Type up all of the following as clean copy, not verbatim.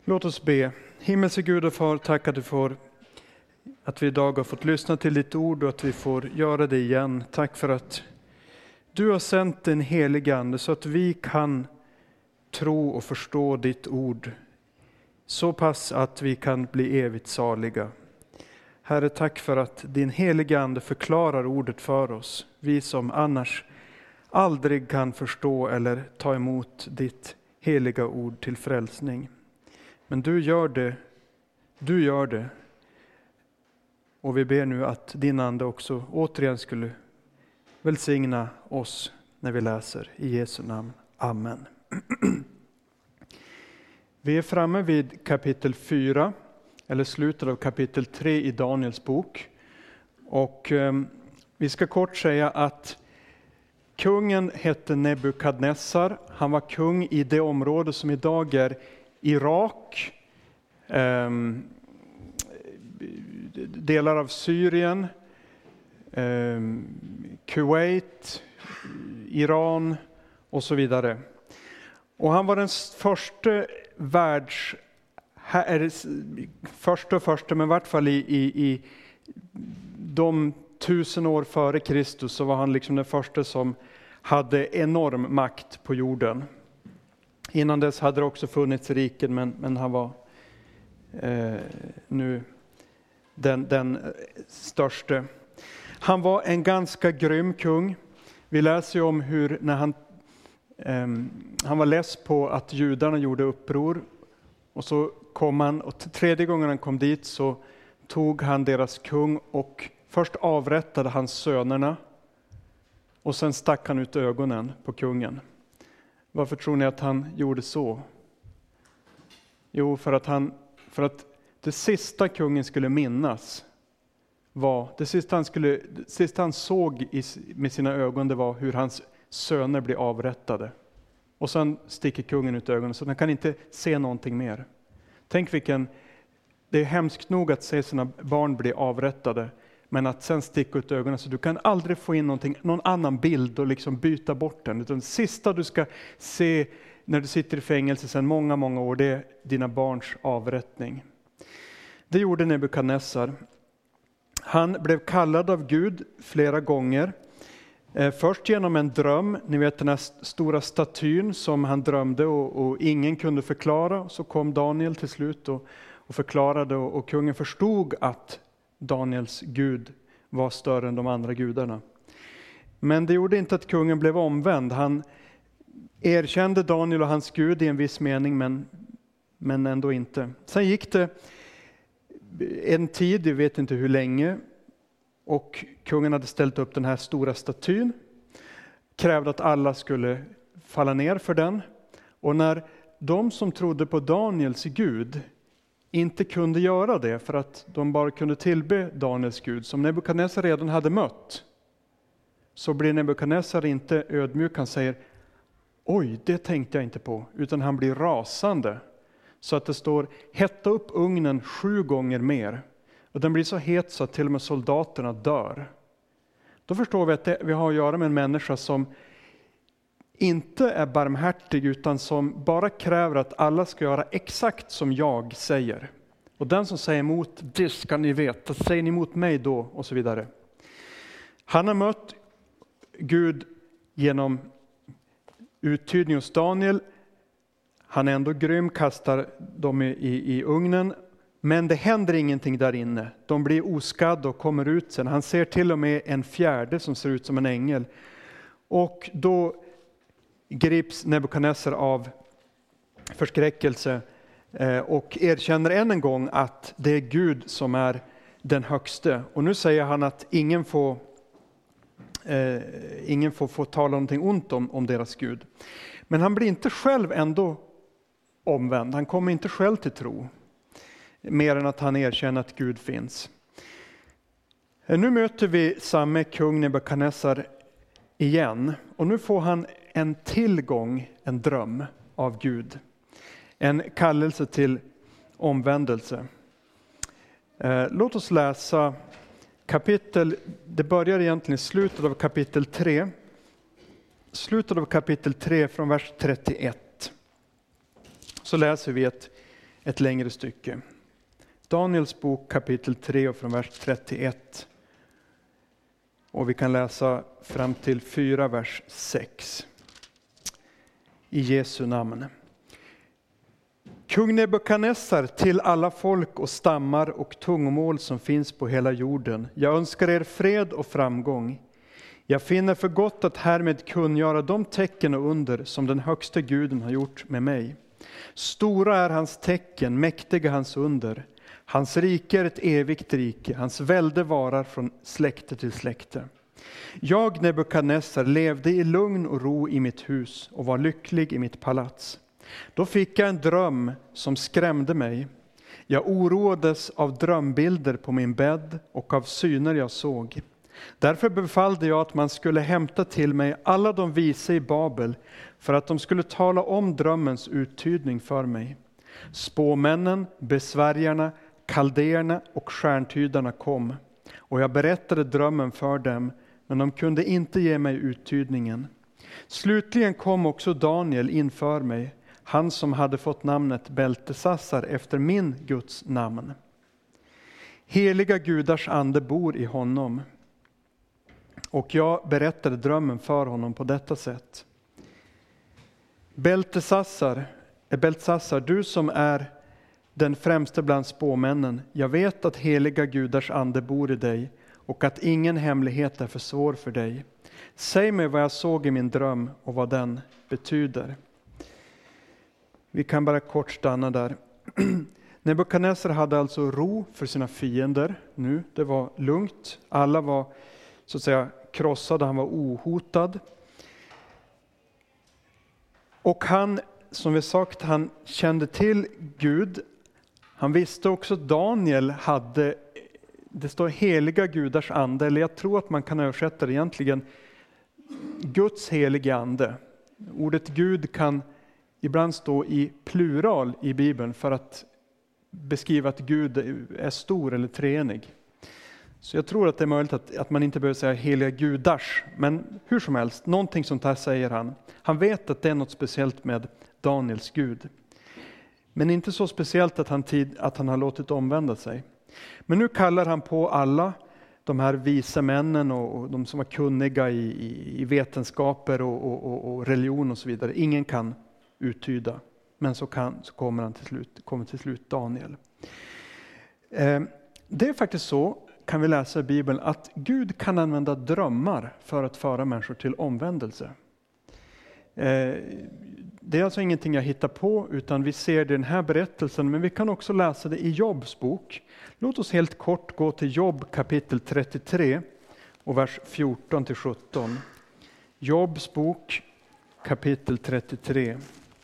Låt oss be. Himmelske Gud och Far, tack att vi idag har fått lyssna till ditt ord och att vi får göra det igen. Tack för att du har sänt den helige Ande så att vi kan tro och förstå ditt ord. Så pass att vi kan bli evigt saliga. Herre, tack för att din helige Ande förklarar ordet för oss. Vi som annars aldrig kan förstå eller ta emot ditt heliga ord till frälsning. Men du gör det. Och vi ber nu att din Ande också återigen skulle välsigna oss när vi läser. I Jesu namn. Amen. Vi är framme vid kapitel 4, eller slutet av kapitel 3 i Daniels bok. Och vi ska kort säga att kungen hette Nebukadnessar. Han var kung i det område som idag är Irak, delar av Syrien, Kuwait, Iran och så vidare. Och han var den första, men i vart fall i de 1000 år före Kristus så var han liksom den första som hade enorm makt på jorden. Innan dess hade det också funnits riken, men han var nu den största. Han var en ganska grym kung. Vi läser ju om hur när han var less på att judarna gjorde uppror. Och så kom han, och tredje gången han kom dit så tog han deras kung och först avrättade hans sönerna. Och sen stack han ut ögonen på kungen. Varför tror ni att han gjorde så? Jo, för att det sista kungen skulle minnas var, det sista han såg med sina ögon, det var hur hans söner blev avrättade. Och sen sticker kungen ut ögonen så han kan inte se någonting mer. Tänk det är hemskt nog att se sina barn bli avrättade, men att sen sticka ut ögonen så du kan aldrig få in någon annan bild och liksom byta bort den. Utan det sista du ska se när du sitter i fängelse sedan många, många år, det är dina barns avrättning. Det gjorde Nebukadnessar. Han blev kallad av Gud flera gånger. Först genom en dröm, ni vet den här stora statyn som han drömde och ingen kunde förklara. Så kom Daniel till slut och förklarade, och kungen förstod att Daniels Gud var större än de andra gudarna. Men det gjorde inte att kungen blev omvänd. Han erkände Daniel och hans Gud i en viss mening, men ändå inte. Sen gick det en tid, vi vet inte hur länge, och kungen hade ställt upp den här stora statyn. Krävde att alla skulle falla ner för den. Och när de som trodde på Daniels Gud inte kunde göra det för att de bara kunde tillbe Daniels Gud, som Nebukadnessar redan hade mött, så blir Nebukadnessar inte ödmjuk. Han säger, oj, det tänkte jag inte på, utan han blir rasande. Så att det står, hetta upp ugnen 7 gånger mer. Och den blir så het så att till och med soldaterna dör. Då förstår vi att vi har att göra med en människa som inte är barmhärtig, utan som bara kräver att alla ska göra exakt som jag säger. Och den som säger emot, det ska ni veta, säger ni emot mig då, och så vidare. Han har mött Gud genom uttydning hos Daniel. Han är ändå grym, kastar dem i ugnen. Men det händer ingenting där inne. De blir oskadda och kommer ut sen. Han ser till och med en fjärde som ser ut som en ängel. Och då grips Nebukadnessar av förskräckelse och erkänner än en gång att det är Gud som är den högste. Och nu säger han att ingen får tala någonting ont om deras Gud. Men han blir inte själv ändå omvänd. Han kommer inte själv till tro. Mer än att han erkänner att Gud finns. Nu möter vi samme kung Nebukadnessar igen. Och nu får han en tillgång, en dröm av Gud. En kallelse till omvändelse. Låt oss läsa kapitel. Det börjar egentligen i slutet av kapitel 3. Slutet av kapitel 3 från vers 31. Så läser vi ett ett längre stycke. Daniels bok kapitel 3 och från vers 31. Och vi kan läsa fram till 4 vers 6. I Jesu namn. Kung Nebukadnessar, till alla folk och stammar och tungomål som finns på hela jorden. Jag önskar er fred och framgång. Jag finner för gott att härmed kungöra de tecken och under som den högste guden har gjort med mig. Stora är hans tecken, mäktiga hans under. Hans rike är ett evigt rike, hans välde varar från släkte till släkte. Jag, Nebukadnessar, levde i lugn och ro i mitt hus och var lycklig i mitt palats. Då fick jag en dröm som skrämde mig. Jag oroades av drömbilder på min bädd och av syner jag såg. Därför befallde jag att man skulle hämta till mig alla de vise i Babel för att de skulle tala om drömmens uttydning för mig. Spåmännen, besvärjarna, kaldéerna och stjärntydarna kom, och jag berättade drömmen för dem, men de kunde inte ge mig uttydningen. Slutligen kom också Daniel inför mig, han som hade fått namnet Beltesassar efter min Guds namn. Heliga gudars ande bor i honom, och jag berättade drömmen för honom på detta sätt. Beltesassar, du som är den främste bland spåmännen, jag vet att heliga gudars ande bor i dig och att ingen hemlighet är för svår för dig. Säg mig vad jag såg i min dröm och vad den betyder. Vi kan bara kort stanna där. Nebukadnessar hade alltså ro för sina fiender nu. Det var lugnt. Alla var så att säga krossade, han var ohotad. Och han, som vi sagt, han kände till Gud. Han visste också att Daniel hade, det står heliga gudars ande, eller jag tror att man kan översätta det egentligen Guds heliga ande. Ordet Gud kan ibland stå i plural i Bibeln för att beskriva att Gud är stor eller treenig. Så jag tror att det är möjligt att man inte behöver säga heliga gudars, men hur som helst, någonting sånt här säger han. Han vet att det är något speciellt med Daniels Gud. Men inte så speciellt att han har låtit omvända sig. Men nu kallar han på alla de här visa männen och de som var kunniga i vetenskaper och religion och så vidare. Ingen kan uttyda, men så kommer till slut Daniel. Det är faktiskt så, kan vi läsa i Bibeln, att Gud kan använda drömmar för att föra människor till omvändelse. Det är alltså ingenting jag hittar på, utan vi ser det i den här berättelsen, men vi kan också läsa det i Jobs bok. Låt oss helt kort gå till Jobb kapitel 33 och vers 14-17. Jobs bok kapitel 33.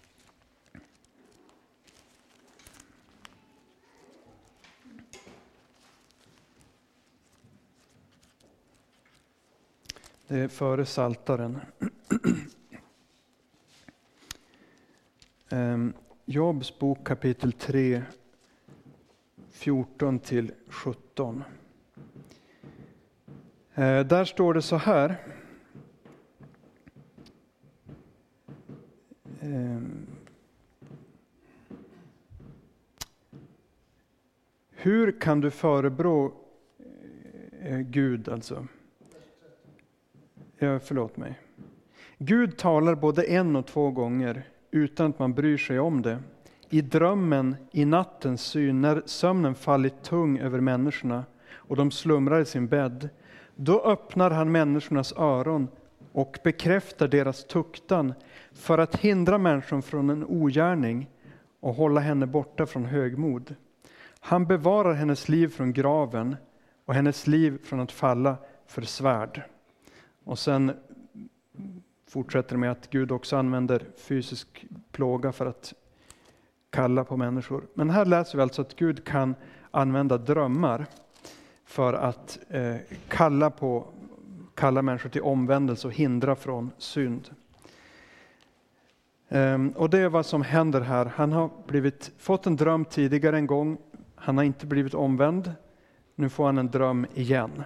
Det är före Saltaren. Jobs bok kapitel 3, 14-17. Där står det så här. Hur kan du förebrå Gud alltså? Ja, förlåt mig. Gud talar både en och två gånger utan att man bryr sig om det. I drömmen, i nattens syn, när sömnen fallit tung över människorna och de slumrar i sin bädd, då öppnar han människornas öron och bekräftar deras tuktan för att hindra människan från en ogärning och hålla henne borta från högmod. Han bevarar hennes liv från graven och hennes liv från att falla för svärd. Och sen fortsätter med att Gud också använder fysisk plåga för att kalla på människor. Men här läser vi alltså att Gud kan använda drömmar för att kalla människor till omvändelse och hindra från synd. Och det är vad som händer här. Han har fått en dröm tidigare en gång. Han har inte blivit omvänd. Nu får han en dröm igen.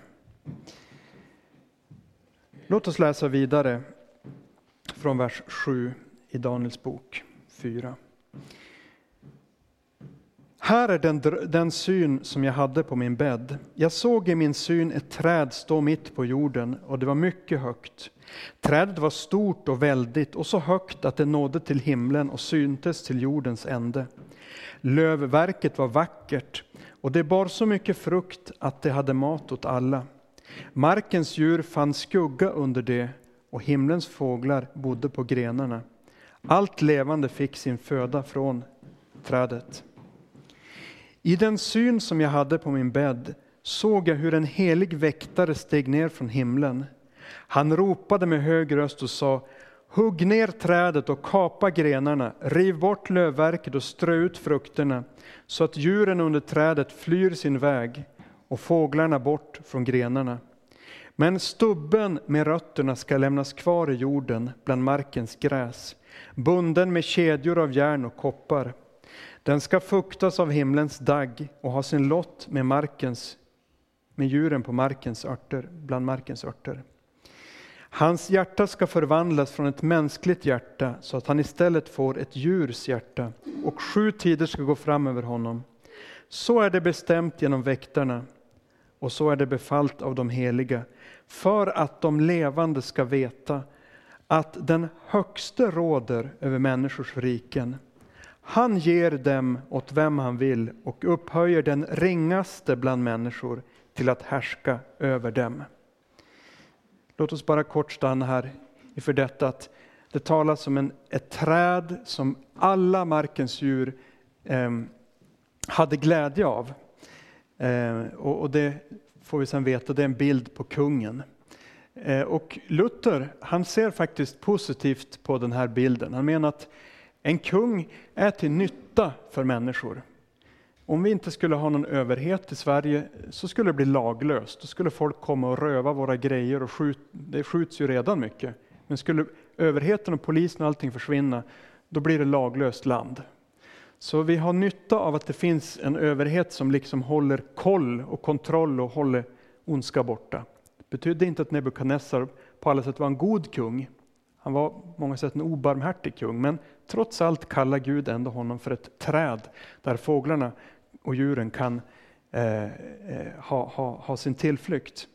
Låt oss läsa vidare från vers 7 i Daniels bok 4. Här är den syn som jag hade på min bädd. Jag såg i min syn ett träd stå mitt på jorden, och det var mycket högt. Trädet var stort och väldigt, och så högt att det nådde till himlen och syntes till jordens ände. Lövverket var vackert, och det bar så mycket frukt att det hade mat åt alla. Markens djur fann skugga under det, och himlens fåglar bodde på grenarna. Allt levande fick sin föda från trädet. I den syn som jag hade på min bädd såg jag hur en helig väktare steg ner från himlen. Han ropade med hög röst och sa: hugg ner trädet och kapa grenarna, riv bort lövverket och strö ut frukterna, så att djuren under trädet flyr sin väg och fåglarna bort från grenarna. Men stubben med rötterna ska lämnas kvar i jorden bland markens gräs, bunden med kedjor av järn och koppar. Den ska fuktas av himlens dagg och ha sin lott med djuren på markens örter, bland markens örter. Hans hjärta ska förvandlas från ett mänskligt hjärta, så att han istället får ett djurs hjärta, och 7 tider ska gå fram över honom. Så är det bestämt genom väktarna, och så är det befallt av de heliga, för att de levande ska veta att den högste råder över människors riken. Han ger dem åt vem han vill och upphöjer den ringaste bland människor till att härska över dem. Låt oss bara kort stanna här inför detta, att det talas om ett träd som alla markens djur hade glädje av. Och det får vi sedan veta, det är en bild på kungen. Och Luther, han ser faktiskt positivt på den här bilden. Han menar att en kung är till nytta för människor. Om vi inte skulle ha någon överhet i Sverige så skulle det bli laglöst. Då skulle folk komma och röva våra grejer, och det skjuts ju redan mycket. Men skulle överheten och polisen och allting försvinna, då blir det laglöst land. Så vi har nytta av att det finns en överhet som liksom håller koll och kontroll och håller ondska borta. Det betyder inte att Nebukadnessar på alla sätt var en god kung. Han var på många sätt en obarmhärtig kung, men trots allt kallar Gud ändå honom för ett träd där fåglarna och djuren kan ha sin tillflykt.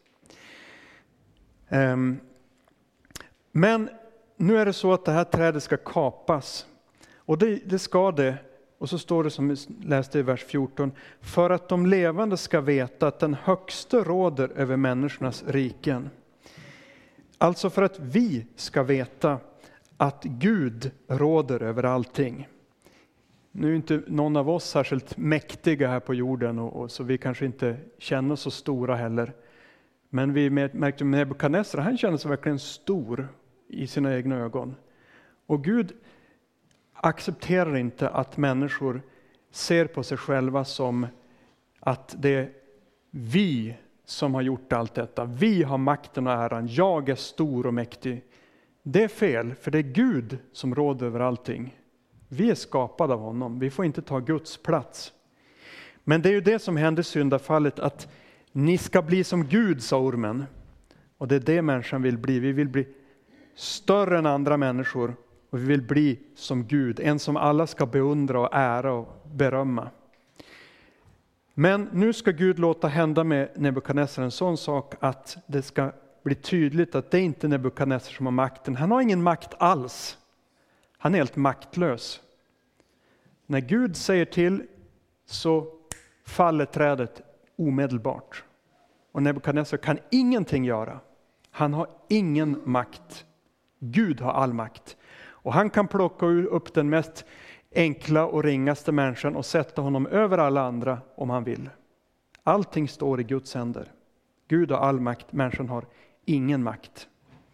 Men nu är det så att det här trädet ska kapas, och det ska det. Och så står det, som vi läste i vers 14, för att de levande ska veta att den högste råder över människornas riken. Alltså för att vi ska veta att Gud råder över allting. Nu är inte någon av oss särskilt mäktiga här på jorden, och så vi kanske inte känner så stora heller. Men vi märkte med Nebukadnessar, han känner sig verkligen stor i sina egna ögon. Och Gud accepterar inte att människor ser på sig själva som att det är vi som har gjort allt detta. Vi har makten och äran. Jag är stor och mäktig. Det är fel, för det är Gud som råder över allting. Vi är skapade av honom. Vi får inte ta Guds plats. Men det är ju det som hände i syndafallet, att ni ska bli som Gud, sa ormen. Och det är det människan vill bli. Vi vill bli större än andra människor. Och vi vill bli som Gud, en som alla ska beundra och ära och berömma. Men nu ska Gud låta hända med Nebukadnessar en sån sak att det ska bli tydligt att det är inte Nebukadnessar som har makten. Han har ingen makt alls. Han är helt maktlös. När Gud säger till så faller trädet omedelbart. Och Nebukadnessar kan ingenting göra. Han har ingen makt. Gud har all makt. Och han kan plocka upp den mest enkla och ringaste människan och sätta honom över alla andra om han vill. Allting står i Guds händer. Gud har all makt, människan har ingen makt.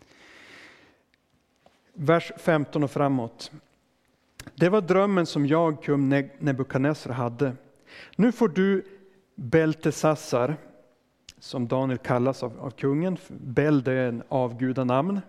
Vers 15 och framåt. Det var drömmen som jag, kung Nebukadnessar, hade. Nu får du, Beltesassar, som Daniel kallas av kungen. Bel, det är en avgudanamn.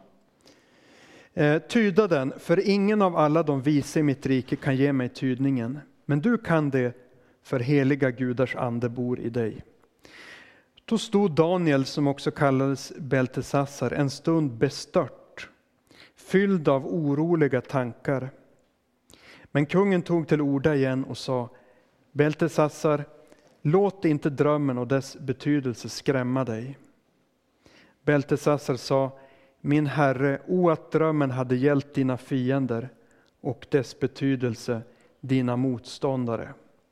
Tyda den, för ingen av alla de vise i mitt rike kan ge mig tydningen. Men du kan det, för heliga gudars ande bor i dig. Då stod Daniel, som också kallades Beltesassar, en stund bestört, fylld av oroliga tankar. Men kungen tog till orda igen och sa: Beltesassar, låt inte drömmen och dess betydelse skrämma dig. Beltesassar sa, min herre, o att drömmen hade gällt dina fiender och dess betydelse dina motståndare.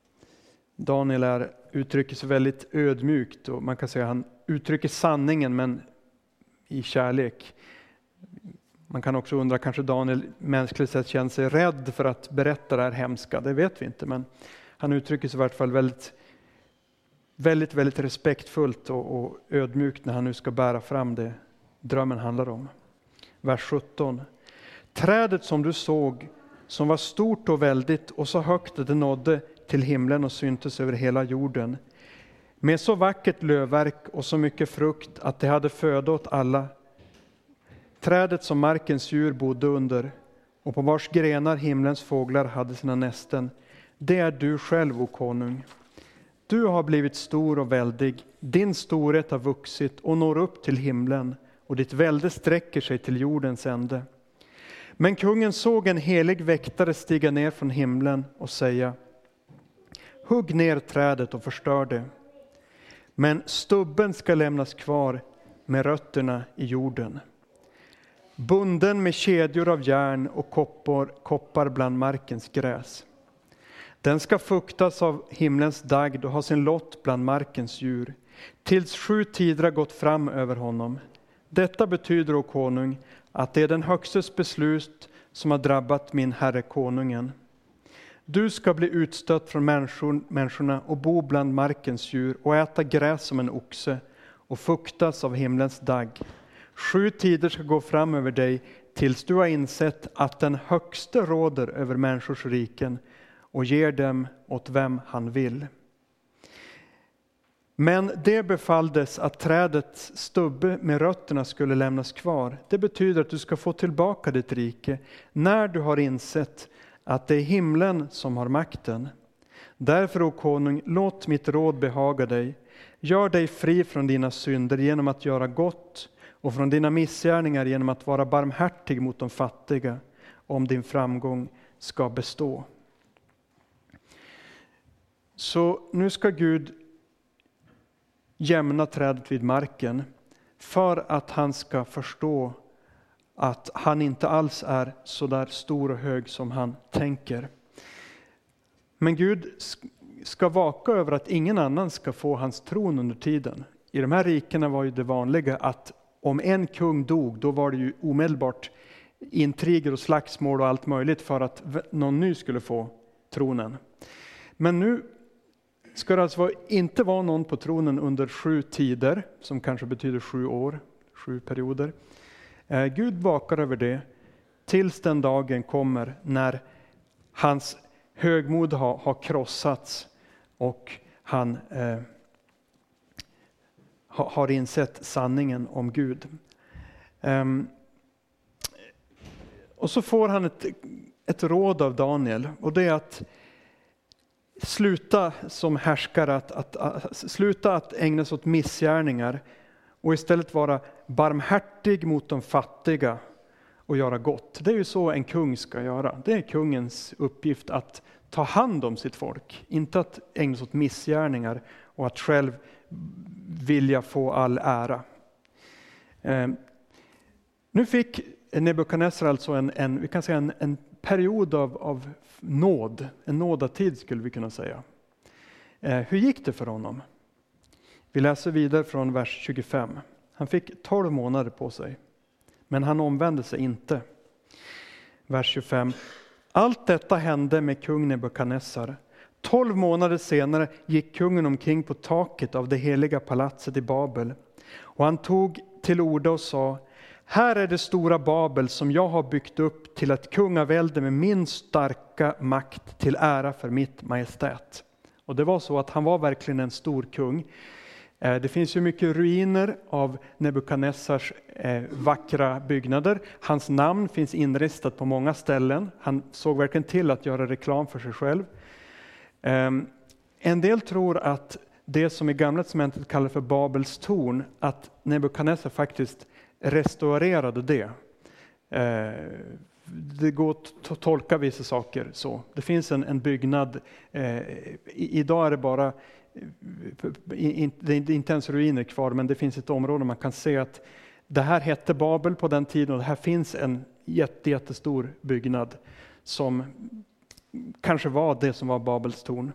Daniel uttrycker sig väldigt ödmjukt och man kan säga att han uttrycker sanningen men i kärlek. Man kan också undra, kanske Daniel mänskligt sett känner sig rädd för att berätta det här hemska. Det vet vi inte, men han uttrycker sig i vart fall väldigt respektfullt och ödmjukt när han nu ska bära fram det drömmen handlar om. Vers 17. Trädet som du såg, som var stort och väldigt och så högt att det nådde till himlen och syntes över hela jorden, med så vackert lövverk och så mycket frukt att det hade föda åt alla. Trädet som markens djur bodde under och på vars grenar himlens fåglar hade sina nästen. Det är du själv, o konung. Du har blivit stor och väldig. Din storhet har vuxit och når upp till himlen och ditt välde sträcker sig till jordens ände. Men kungen såg en helig väktare stiga ner från himlen och säga, hugg ner trädet och förstör det. Men stubben ska lämnas kvar med rötterna i jorden. Bunden med kedjor av järn och koppar bland markens gräs. Den ska fuktas av himlens dagd och ha sin lott bland markens djur, tills 7 tider gått fram över honom. Detta betyder, o konung, att det är den högstes beslut som har drabbat min herre konungen. Du ska bli utstött från människorna och bo bland markens djur och äta gräs som en oxe och fuktas av himlens dagg. 7 tider ska gå fram över dig tills du har insett att den högste råder över människors riken och ger dem åt vem han vill. Men det befalldes att trädets stubbe med rötterna skulle lämnas kvar. Det betyder att du ska få tillbaka ditt rike när du har insett att det är himlen som har makten. Därför, o konung, låt mitt råd behaga dig. Gör dig fri från dina synder genom att göra gott och från dina missgärningar genom att vara barmhärtig mot de fattiga, om din framgång ska bestå. Så nu ska Gud jämna trädet vid marken för att han ska förstå att han inte alls är så där stor och hög som han tänker. Men Gud ska vaka över att ingen annan ska få hans tron under tiden. I de här rikena var ju det vanliga att om en kung dog, då var det ju omedelbart intriger och slagsmål och allt möjligt för att någon ny skulle få tronen. Men nu ska det alltså inte vara någon på tronen under 7 tider, som kanske betyder 7 år, 7 perioder. Gud vakar över det tills den dagen kommer när hans högmod har krossats och han har insett sanningen om Gud. Och så får han ett råd av Daniel, och det är att sluta som härskare, att sluta att ägna sig åt missgärningar och istället vara barmhärtig mot de fattiga och göra gott. Det är ju så en kung ska göra. Det är kungens uppgift att ta hand om sitt folk, inte att ägna sig åt missgärningar och att själv vilja få all ära. Nu fick Nebukadnessar alltså en period av nåd, en nådatid skulle vi kunna säga. Hur gick det för honom? Vi läser vidare från vers 25. Han fick 12 månader på sig, men han omvände sig inte. Vers 25. Allt detta hände med kung Nebukadnessar. 12 månader senare gick kungen omkring på taket av det heliga palatset i Babel. Och han tog till orda och sa: här är det stora Babel som jag har byggt upp till ett kungavälde med min starka makt till ära för mitt majestät. Och det var så att han var verkligen en stor kung. Det finns ju mycket ruiner av Nebukadnessars vackra byggnader. Hans namn finns inristat på många ställen. Han såg verkligen till att göra reklam för sig själv. En del tror att det som i Gamla testamentet kallas för Babels torn, att Nebukadnessar faktiskt restaurerade det det går att tolka vissa saker så. Det finns en byggnad, idag är det bara, det är inte ens ruiner kvar, men det finns ett område man kan se att det här hette Babel på den tiden, och det här finns en jättestor byggnad som kanske var det som var Babels torn.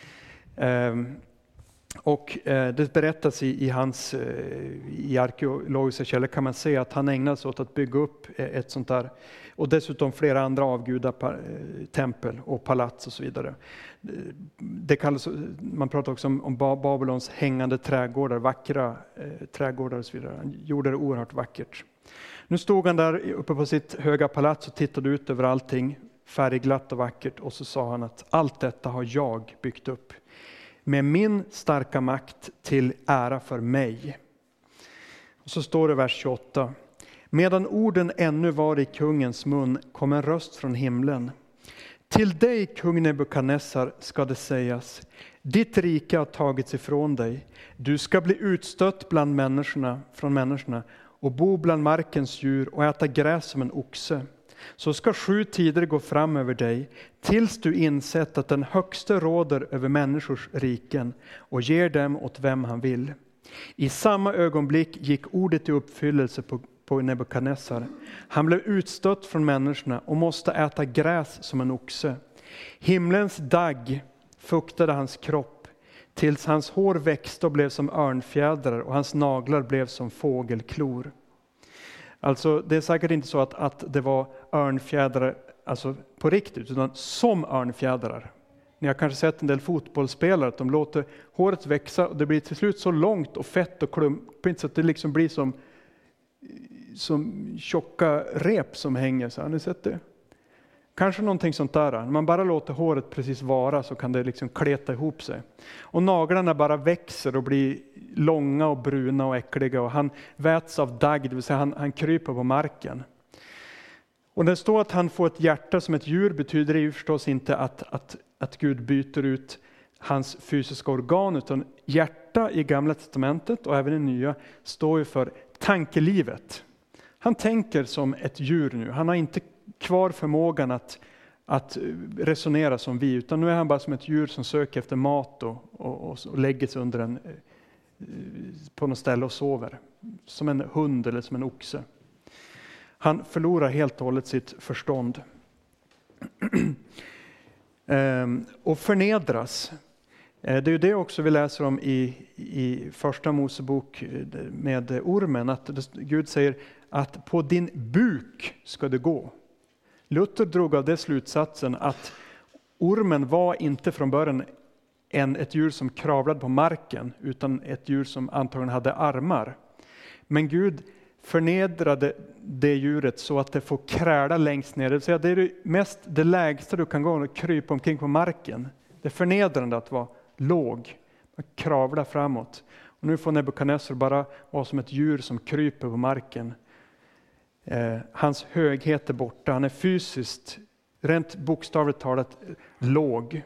Och det berättas i arkeologiska källor, kan man se att han ägnade sig åt att bygga upp ett sånt där, och dessutom flera andra avgudatempel och palats och så vidare. Det kallas, man pratar också om Babylons hängande trädgårdar, vackra trädgårdar och så vidare. Han gjorde det oerhört vackert. Nu stod han där uppe på sitt höga palats och tittade ut över allting, färgglatt och vackert, och så sa han att allt detta har jag byggt upp med min starka makt till ära för mig. Och så står det i vers 28. Medan orden ännu var i kungens mun kom en röst från himlen. Till dig, kung Nebukadnessar, ska det sägas: ditt rike har tagits ifrån dig. Du ska bli utstött bland från människorna och bo bland markens djur och äta gräs som en oxe. Så ska 7 tider gå fram över dig, tills du insett att den högste råder över människors riken och ger dem åt vem han vill. I samma ögonblick gick ordet i uppfyllelse på Nebukadnessar. Han blev utstött från människorna och måste äta gräs som en oxe. Himlens dagg fuktade hans kropp, tills hans hår växte och blev som örnfjädrar och hans naglar blev som fågelklor. Alltså det är säkert inte så att det var örnfjädrar alltså på riktigt, utan som örnfjädrar. Ni har kanske sett en del fotbollsspelare att de låter håret växa och det blir till slut så långt och fett och klumpigt så att det liksom blir som tjocka rep som hänger. Så har ni sett det? Kanske någonting sånt där. När man bara låter håret precis vara så kan det liksom kleta ihop sig. Och naglarna bara växer och blir långa och bruna och äckliga. Och han väts av dagg, det vill säga han kryper på marken. Och när det står att han får ett hjärta som ett djur betyder det ju förstås inte att Gud byter ut hans fysiska organ. Utan hjärta i Gamla testamentet och även i Nya står ju för tankelivet. Han tänker som ett djur nu. Han har inte kvar förmågan att resonera som vi, utan nu är han bara som ett djur som söker efter mat och lägger sig under på något ställe och sover. Som en hund eller som en oxe. Han förlorar helt och hållet sitt förstånd. Och förnedras. Det är ju det också vi läser om i första Mosebok med ormen. Att Gud säger att på din buk ska det gå. Luther drog av det slutsatsen att ormen var inte från början ett djur som kravlade på marken, utan ett djur som antagligen hade armar. Men Gud förnedrade det djuret så att det får kräla längst ner. Det vill säga det är det lägsta du kan gå och krypa omkring på marken. Det är förnedrande att vara låg, att kravla framåt. Och nu får Nebukadnessar bara vara som ett djur som kryper på marken. Hans höghet är borta. Han är fysiskt, rent bokstavligt talat, låg.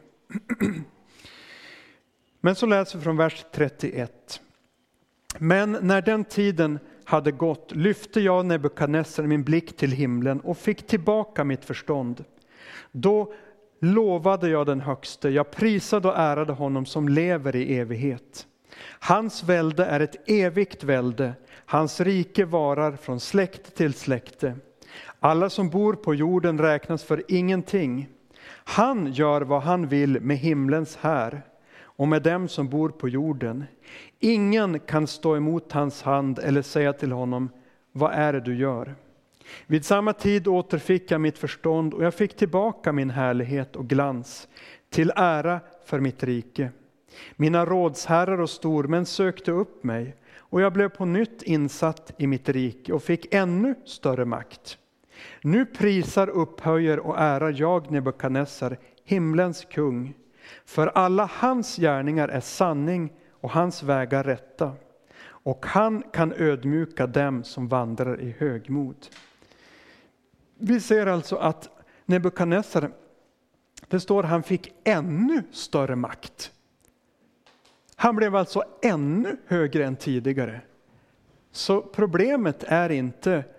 Men så läser vi från vers 31. Men när den tiden hade gått lyfte jag Nebukadnessar min blick till himlen och fick tillbaka mitt förstånd. Då lovade jag den högste, jag prisade och ärade honom som lever i evighet. Hans välde är ett evigt välde, hans rike varar från släkte till släkte. Alla som bor på jorden räknas för ingenting. Han gör vad han vill med himlens här och med dem som bor på jorden. Ingen kan stå emot hans hand eller säga till honom, vad är det du gör? Vid samma tid återfick jag mitt förstånd och jag fick tillbaka min härlighet och glans till ära för mitt rike. Mina rådsherrar och stormän sökte upp mig och jag blev på nytt insatt i mitt rike och fick ännu större makt. Nu prisar, upphöjer och ärar jag Nebukadnessar, himlens kung. För alla hans gärningar är sanning och hans vägar rätta. Och han kan ödmjuka dem som vandrar i högmod. Vi ser alltså att Nebukadnessar, det står han fick ännu större makt. Han blev alltså ännu högre än tidigare. Så problemet är inte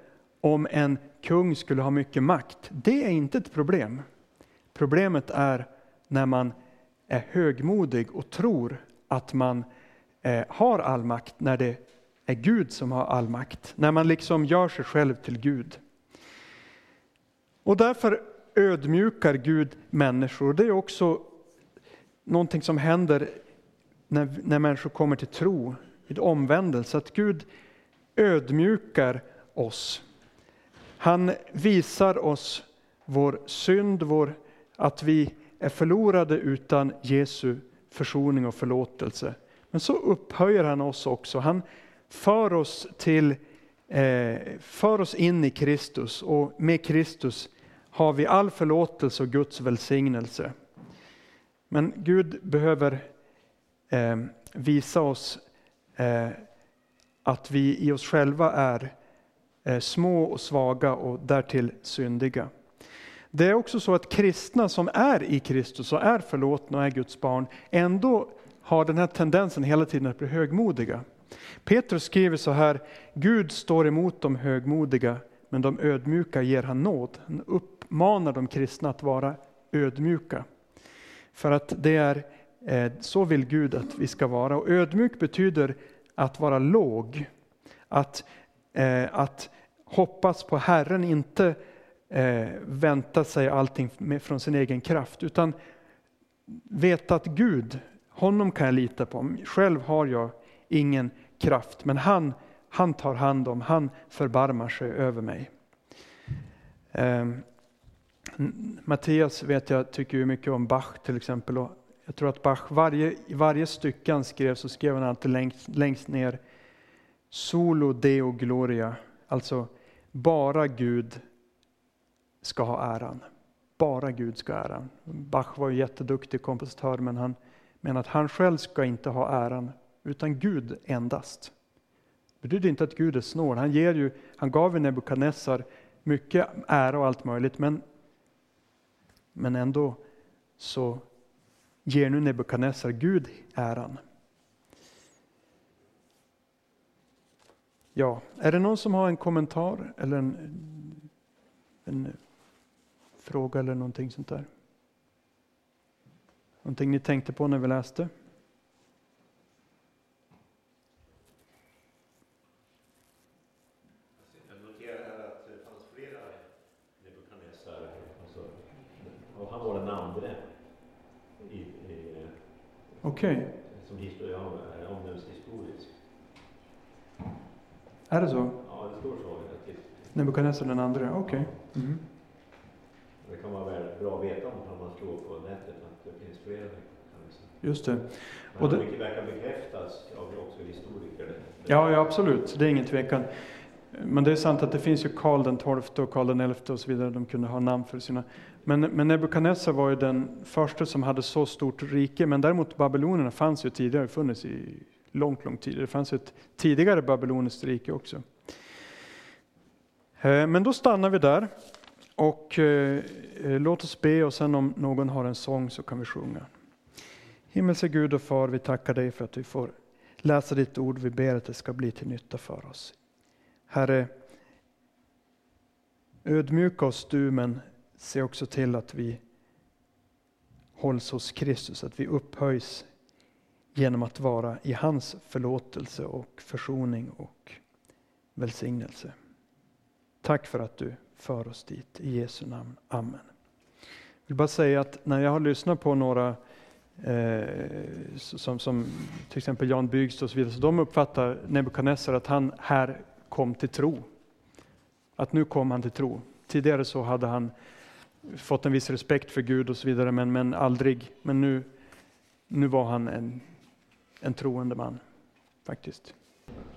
om en kung skulle ha mycket makt. Det är inte ett problem. Problemet är när man är högmodig och tror att man har all makt, när det är Gud som har all makt. När man liksom gör sig själv till Gud. Och därför ödmjukar Gud människor. Det är också någonting som händer när människor kommer till tro, vid omvändelse. Att Gud ödmjukar oss. Han visar oss vår synd, att vi är förlorade utan Jesu försoning och förlåtelse. Men så upphöjer han oss också. Han för oss in i Kristus, och med Kristus har vi all förlåtelse och Guds välsignelse. Men Gud behöver visa oss att vi i oss själva är små och svaga och därtill syndiga. Det är också så att kristna som är i Kristus och är förlåtna och är Guds barn ändå har den här tendensen hela tiden att bli högmodiga. Petrus skriver så här: Gud står emot de högmodiga, men de ödmjuka ger han nåd. Han uppmanar de kristna att vara ödmjuka. För att det är så vill Gud att vi ska vara. Och ödmjuk betyder att vara låg. Att hoppas på Herren, inte vänta sig allting från sin egen kraft. Utan veta att Gud, honom kan jag lita på. Själv har jag ingen kraft, men han tar hand om, han förbarmar sig över mig. Mattias vet jag tycker ju mycket om Bach till exempel, och jag tror att Bach i varje stycke han skrev, så skrev han alltid längst ner solo deo gloria, alltså bara Gud ska ha äran. Bara Gud ska ha äran. Bach var ju jätteduktig kompositör, men han menar att han själv ska inte ha äran, utan Gud endast. Det betyder inte att Gud är snål. Han gav ju Nebukadnessar mycket ära och allt möjligt, men ändå så ger nu Nebukadnessar Gud äran. Ja, är det någon som har en kommentar eller en fråga eller någonting sånt där? Någonting ni tänkte på när vi läste? Jag noterar att det fanns flera Nebukadnessar, och han var den andre Okej. som historia omnämns historiskt. Är det så? Ja, det står så. Nebukadnessar den andra, okej. Mm. Det kan vara bra att veta om man slår på nätet att det finns flera. Just det. Och det mycket verkar bekräftas av också historiker. Ja, absolut. Det är ingen tvekan. Men det är sant att det finns ju Karl den 12 och Karl den 11 och så vidare. De kunde ha namn för sina. Men Nebukadnessar var ju den första som hade så stort rike. Men däremot babylonerna fanns ju tidigare, funnits i långt tidigare. Det fanns ett tidigare babyloniskt rike också. Men då stannar vi där. Och låt oss be, och sen om någon har en sång så kan vi sjunga. Himmelske Gud och Far, vi tackar dig för att vi får läsa ditt ord. Vi ber att det ska bli till nytta för oss. Herre, ödmjuka oss du, men se också till att vi hålls hos Kristus. Att vi upphöjs genom att vara i hans förlåtelse och försoning och välsignelse. Tack för att du för oss dit. I Jesu namn. Amen. Jag vill bara säga att när jag har lyssnat på några som till exempel Jan Bygst och så vidare, så de uppfattar Nebukadnessar att han här kom till tro. Att nu kom han till tro. Tidigare så hade han fått en viss respekt för Gud och så vidare, men aldrig. Men nu var han en troende man faktiskt.